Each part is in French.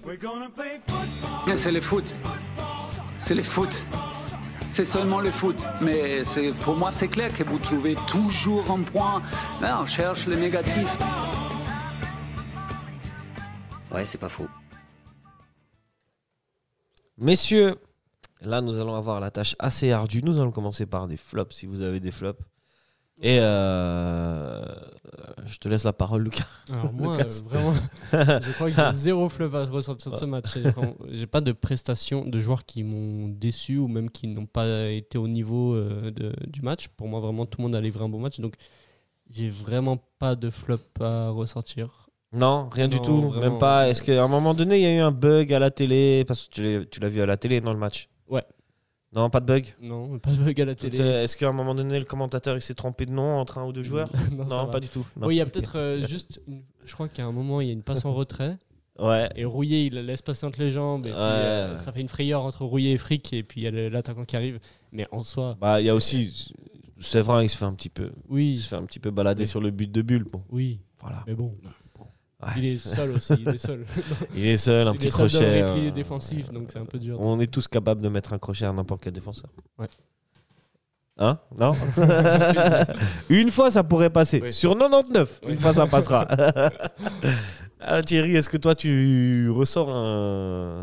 C'est le foot. C'est le foot. C'est seulement le foot. Mais pour moi, c'est clair que vous trouvez toujours un point. Là, on cherche le négatif. Ouais, c'est pas faux. Messieurs, là, nous allons avoir la tâche assez ardue. Nous allons commencer par des flops, si vous avez des flops. Et je te laisse la parole, Lucas. Alors moi, vraiment, je crois que j'ai 0 flop à ressortir de ce match. J'ai pas de prestations de joueurs qui m'ont déçu ou même qui n'ont pas été au niveau du match. Pour moi, vraiment, tout le monde a livré un bon match. Donc, j'ai vraiment pas de flop à ressortir. Non, rien du tout. Vraiment, même pas. Est-ce qu'à un moment donné, il y a eu un bug à la télé? Parce que tu l'as vu à la télé dans le match. Ouais. Non, pas de bug. Non, pas de bug à la télé. Est-ce qu'à un moment donné, le commentateur il s'est trompé de nom entre un ou deux joueurs? Non, pas du tout. Non. Oui, il y a peut-être juste. Je crois qu'à un moment, il y a une passe en retrait. Ouais. Et Rouillet, il la laisse passer entre les jambes. Et puis, ça fait une frayeur entre Rouillet et Frick. Et puis, il y a l'attaquant qui arrive. Mais en soi. Bah, il y a aussi. Séverin, il se fait un petit peu. Oui. Il se fait un petit peu balader sur le but de Bulle. Bon. Oui. Voilà. Mais bon. Ouais. Il est seul aussi. Il est seul. Il est seul, un petit crochet. Il est seul dans le repli défensif. Donc, c'est un peu dur. On est tous capables de mettre un crochet à n'importe quel défenseur. Ouais. Hein? Non? Une fois, ça pourrait passer. Oui. Sur 99, une fois, ça passera. Ah, Thierry, est-ce que toi, tu ressors un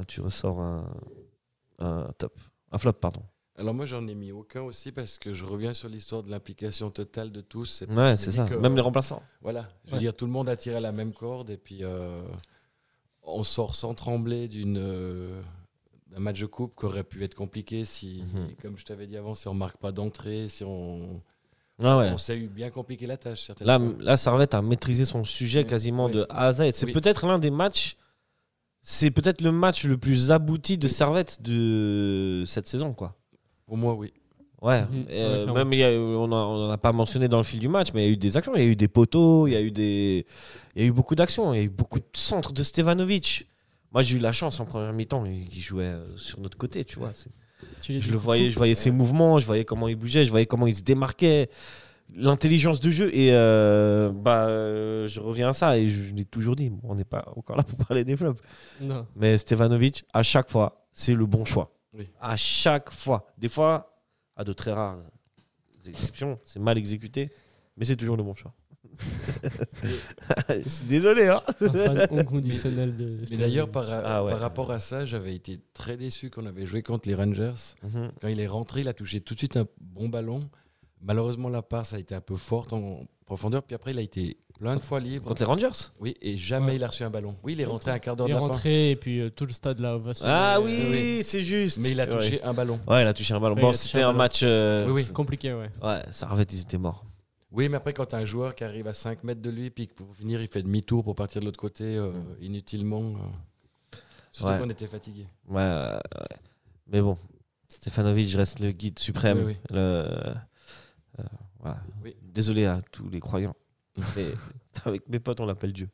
top? Un flop, pardon. Alors moi, j'en ai mis aucun aussi parce que je reviens sur l'histoire de l'implication totale de tous. Ouais, c'est ça. Même les remplaçants. Voilà. Je veux dire, tout le monde a tiré à la même corde et puis on sort sans trembler d'un match de coupe qui aurait pu être compliqué si, comme je t'avais dit avant, si on ne marque pas d'entrée, si on... On s'est eu bien compliqué la tâche, certainement. Là, Servette a maîtrisé son sujet quasiment de A à Z. C'est peut-être l'un des matchs, c'est peut-être le match le plus abouti de Servette de cette saison, quoi. Pour moi, oui. Ouais, même on n'en a pas mentionné dans le fil du match, mais il y a eu des actions, il y a eu des poteaux, il y a eu beaucoup d'actions, il y a eu beaucoup de centres de Stevanovic. Moi, j'ai eu la chance en première mi-temps, il jouait sur notre côté, tu vois. Je voyais ses mouvements, je voyais comment il bougeait, je voyais comment il se démarquait, l'intelligence de jeu. Et je reviens à ça, et je l'ai toujours dit, on n'est pas encore là pour parler des flops. Non. Mais Stevanovic, à chaque fois, c'est le bon choix. Oui. À chaque fois. Des fois, à de très rares exceptions, c'est mal exécuté, mais c'est toujours le bon choix. Je suis désolé. Hein. Un fan inconditionnel de Mais d'ailleurs, par rapport à ça, j'avais été très déçu qu'on avait joué contre les Rangers. Quand il est rentré, il a touché tout de suite un bon ballon. Malheureusement, la passe a été un peu forte en profondeur. Puis après, il a été plein de fois libre. Contre les Rangers? Oui, et jamais il a reçu un ballon. Oui, il est rentré un quart d'heure de de la fin. Il est rentré et puis tout le stade là. Ah oui, c'est juste. Mais il a touché un ballon. Ouais, il a touché un ballon. Bon, c'était un match compliqué, ouais. Ouais, Servette, ils étaient morts. Oui, mais après, quand tu as un joueur qui arrive à 5 mètres de lui, puis que pour finir, il fait demi-tour pour partir de l'autre côté, inutilement. Surtout qu'on était fatigué. Ouais. Mais bon, Stefanovic reste le guide suprême. Oui. Voilà. Oui. Désolé à tous les croyants. Mais avec mes potes, on l'appelle Dieu.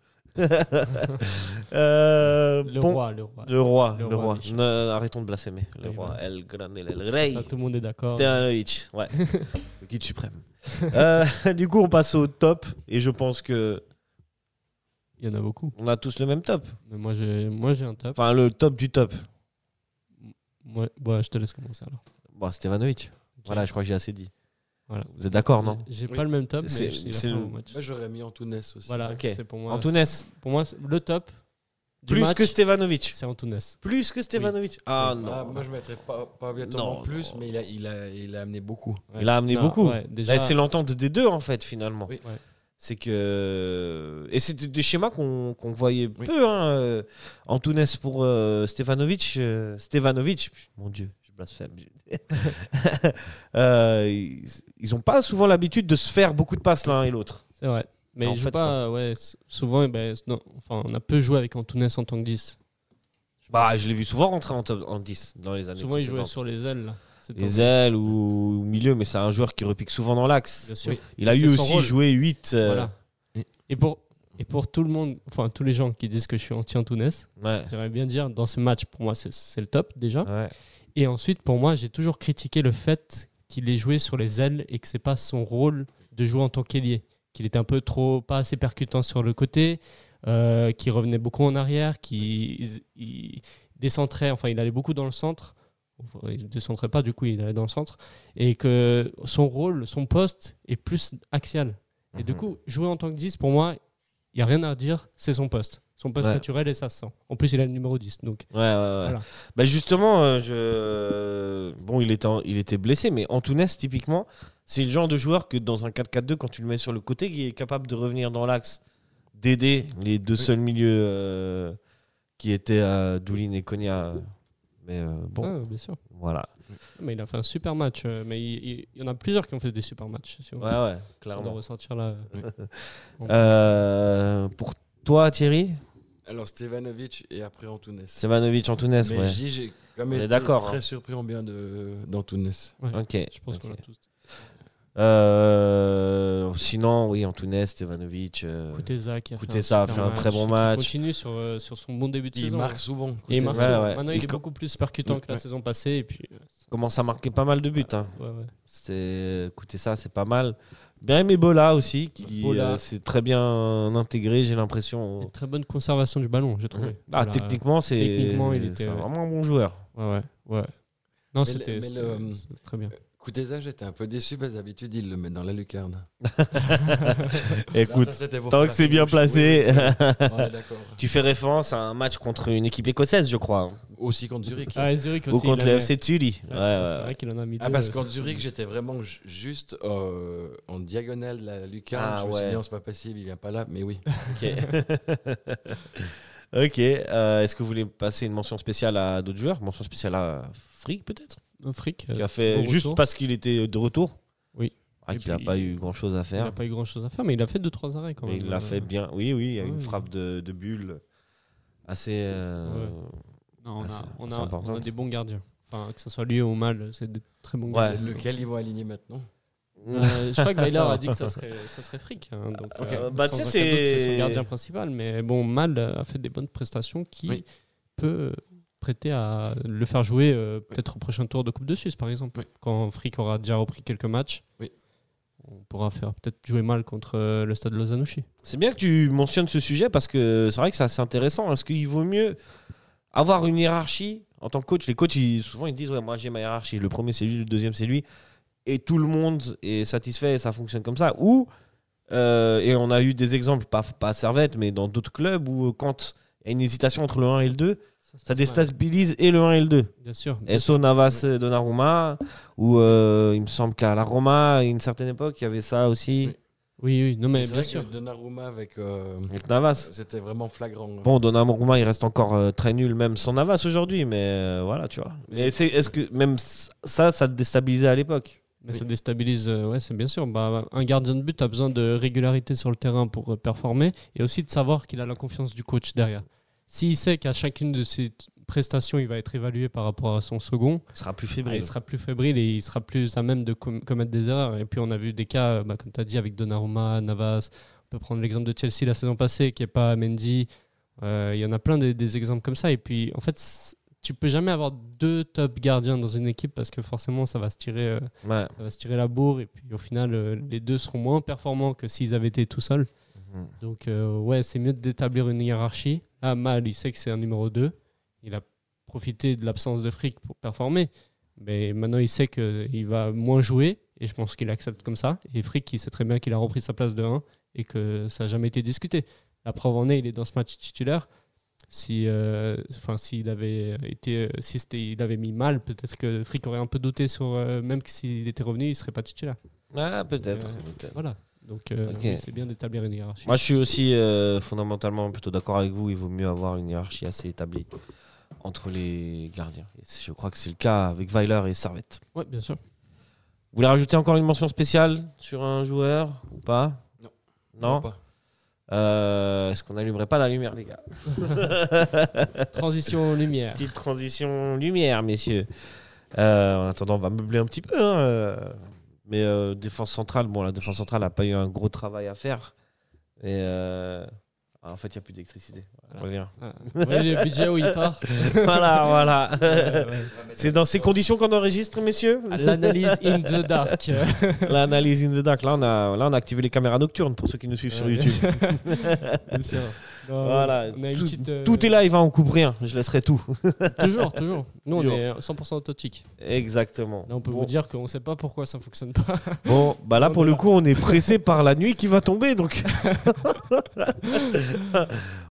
Le roi. Arrêtons de blasphémer. Le roi. El Grande, El Rey. Ça, tout le monde est d'accord. Stefanovic. Ouais. Le guide suprême. Du coup, on passe au top. Et je pense que. Il y en a beaucoup. On a tous le même top. Mais moi, j'ai un top. Enfin, le top du top. Ouais, je te laisse commencer alors. Bon, Stefanovic. Okay. Voilà, je crois que j'ai assez dit. Voilà. Vous êtes d'accord, non? J'ai pas le même top, mais c'est le match. Moi, j'aurais mis Antunes aussi. Voilà, okay. C'est pour moi. Antunes. Pour moi, le top. Plus que Stefanovic. C'est Antunes. Plus que Stefanovic. Oui. Ah non. Moi, je mettrais pas obligatoirement plus, mais il a amené beaucoup. Ouais. Il a amené beaucoup. Ouais, déjà... c'est l'entente des deux, en fait, finalement. Oui. Ouais. C'est que. Et c'est des schémas qu'on voyait peu. Hein. Antunes pour Stefanovic. Stefanovic, mon Dieu. Blasphème. Ils n'ont pas souvent l'habitude de se faire beaucoup de passes l'un et l'autre. C'est vrai. Mais en fait, souvent, on a peu joué avec Antunes en tant que 10. Je l'ai vu souvent rentrer en 10 dans les années souvent, précédentes. il jouait sur les ailes. Là. Les ailes ou au milieu, mais c'est un joueur qui repique souvent dans l'axe. Bien sûr. Il a eu aussi joué 8. Voilà. Et pour tout le monde, enfin tous les gens qui disent que je suis anti-Antunes, j'aimerais bien dire, dans ce match, pour moi, c'est le top déjà. Ouais. Et ensuite, pour moi, j'ai toujours critiqué le fait qu'il ait joué sur les ailes et que c'est pas son rôle de jouer en tant qu'ailier. Qu'il était un peu pas assez percutant sur le côté. qui revenait beaucoup en arrière, il décentrait, enfin il allait beaucoup dans le centre. Il ne décentrait pas, du coup il allait dans le centre. Et que son rôle, son poste est plus axial. Et du coup, jouer en tant que 10, pour moi, il n'y a rien à dire, c'est son poste. Son poste naturel et ça se sent. En plus, il a le numéro 10. Donc, voilà. Bah justement, bon, il était blessé, mais Antunes, typiquement, c'est le genre de joueur que dans un 4-4-2, quand tu le mets sur le côté, qui est capable de revenir dans l'axe, d'aider les deux seuls milieux qui étaient Doulin et Konya. Mais bon, bien sûr. Voilà. Mais il a fait un super match. Mais il y en a plusieurs qui ont fait des super matchs. Si on clairement. On doit ressortir là. Pour toi, Thierry? Alors, Stevanovic et après Antunes. Stevanovic, Antunes, mais ouais. j'ai quand même été très surpris en bien d'Antunes. Ouais, ok. Je pense qu'on l'a tous. Sinon, oui, Antunes, Stevanovic. Kuteza qui a fait un très bon match. Il continue sur son bon début de saison. Il marque souvent. Et il marque souvent. Maintenant, il est beaucoup plus percutant que la saison passée. Et puis, commence à marquer pas mal de buts. Hein. Ouais. Kuteza, c'est pas mal. Bien aimé Bola aussi, qui s'est très bien intégré, j'ai l'impression. Très bonne conservation du ballon, j'ai trouvé. Techniquement, il était vraiment un bon joueur. Ouais. Non, c'était très bien. Kuteza, j'étais un peu déçu parce que d'habitude, il le met dans la lucarne. Écoute, tant que c'est bien placé. Ouais, tu fais référence à un match contre une équipe écossaise, je crois. Aussi contre Zurich. Zurich aussi. Ou contre le FC Tully. C'est vrai qu'il en a mis deux. Parce que contre Zurich, j'étais vraiment juste en diagonale de la lucarne. Je me suis dit, non, c'est pas possible, il vient pas là. Mais oui. Ok. Est-ce que vous voulez passer une mention spéciale à d'autres joueurs? Mention spéciale à Frick, peut-être? Frick. Qui a fait juste retour. Parce qu'il était de retour. Oui. Qu'il n'a pas eu grand-chose à faire. Il n'a pas eu grand-chose à faire, mais il a fait 2-3 arrêts quand même. Il l'a fait bien. Oui, il y a une frappe de bulle assez. Non, on a des bons gardiens. Enfin, que ce soit lui ou Mal, c'est des très bons gardiens. Lequel ils vont aligner maintenant? Je crois que Weiler a dit que ça serait Frick. Hein, donc, c'est son gardien principal. Mais bon, Mal a fait des bonnes prestations qui peut prêter à le faire jouer peut-être au prochain tour de Coupe de Suisse, par exemple. Quand Frick aura déjà repris quelques matchs, on pourra faire peut-être jouer Mal contre le Stade Lausanne-Ouchy. C'est bien que tu mentionnes ce sujet parce que c'est vrai que c'est assez intéressant. Est-ce qu'il vaut mieux avoir une hiérarchie en tant que coach? Les coachs, souvent, ils disent moi, j'ai ma hiérarchie. Le premier, c'est lui, le deuxième, c'est lui. Et tout le monde est satisfait et ça fonctionne comme ça. Ou, et on a eu des exemples, pas à Servette, mais dans d'autres clubs où quand il y a une hésitation entre le 1 et le 2, ça déstabilise et le 1 et le 2. Bien sûr. Esso, Navas, Donnarumma, ou il me semble qu'à la Roma, à une certaine époque, il y avait ça aussi. Oui, non mais bien sûr. Donnarumma avec Navas. C'était vraiment flagrant. Bon, Donnarumma, il reste encore très nul, même sans Navas aujourd'hui, mais voilà, tu vois. Mais est-ce que même ça te déstabilisait à l'époque? Mais ça déstabilise, c'est bien sûr. Un gardien de but a besoin de régularité sur le terrain pour performer et aussi de savoir qu'il a la confiance du coach derrière. S'il sait qu'à chacune de ses prestations, il va être évalué par rapport à son second, il sera plus fébrile. Il sera plus fébrile et il sera plus à même de commettre des erreurs. Et puis on a vu des cas, comme tu as dit, avec Donnarumma, Navas. On peut prendre l'exemple de Chelsea la saison passée, qui n'est pas Mendy. Il y en a plein des exemples comme ça. Et puis en fait, tu peux jamais avoir deux top gardiens dans une équipe parce que forcément, ça va se tirer la bourre. Et puis au final, les deux seront moins performants que s'ils avaient été tout seuls. Donc c'est mieux d'établir une hiérarchie. Là, Mal, il sait que c'est un numéro 2. Il a profité de l'absence de Frick pour performer. Mais maintenant, il sait qu'il va moins jouer. Et je pense qu'il accepte comme ça. Et Frick, il sait très bien qu'il a repris sa place de 1 et que ça n'a jamais été discuté. La preuve en est, il est dans ce match titulaire. S'il avait mis Mal, peut-être que Frick aurait un peu douté sur... même que s'il était revenu, il ne serait pas titulaire. Ah, peut-être. Voilà. Donc, c'est bien d'établir une hiérarchie. Moi, je suis aussi fondamentalement plutôt d'accord avec vous. Il vaut mieux avoir une hiérarchie assez établie entre les gardiens. Et je crois que c'est le cas avec Weiler et Servette. Oui, bien sûr. Vous voulez rajouter encore une mention spéciale sur un joueur ou pas? Non pas. Est-ce qu'on n'allumerait pas la lumière, les gars? Transition lumière. Petite transition lumière, messieurs. En attendant, on va meubler un petit peu. Mais défense centrale, la défense centrale n'a pas eu un gros travail à faire. Et Ah, en fait, il n'y a plus d'électricité. Voilà. Ouais, le budget où il part. Voilà. C'est dans ces conditions qu'on enregistre, messieurs. L'analyse in the dark. L'analyse in the dark. Là, on a activé les caméras nocturnes pour ceux qui nous suivent sur YouTube. Bien sûr. Non, Voilà. on a une petite, Tout est live, hein, on coupe rien. Je laisserai tout. Toujours. Nous, on Toujours. est 100% authentique. Exactement. Là, on peut vous dire qu'on ne sait pas pourquoi ça ne fonctionne pas. Bon, bah là, pour le coup, on est pressé par la nuit qui va tomber. Donc.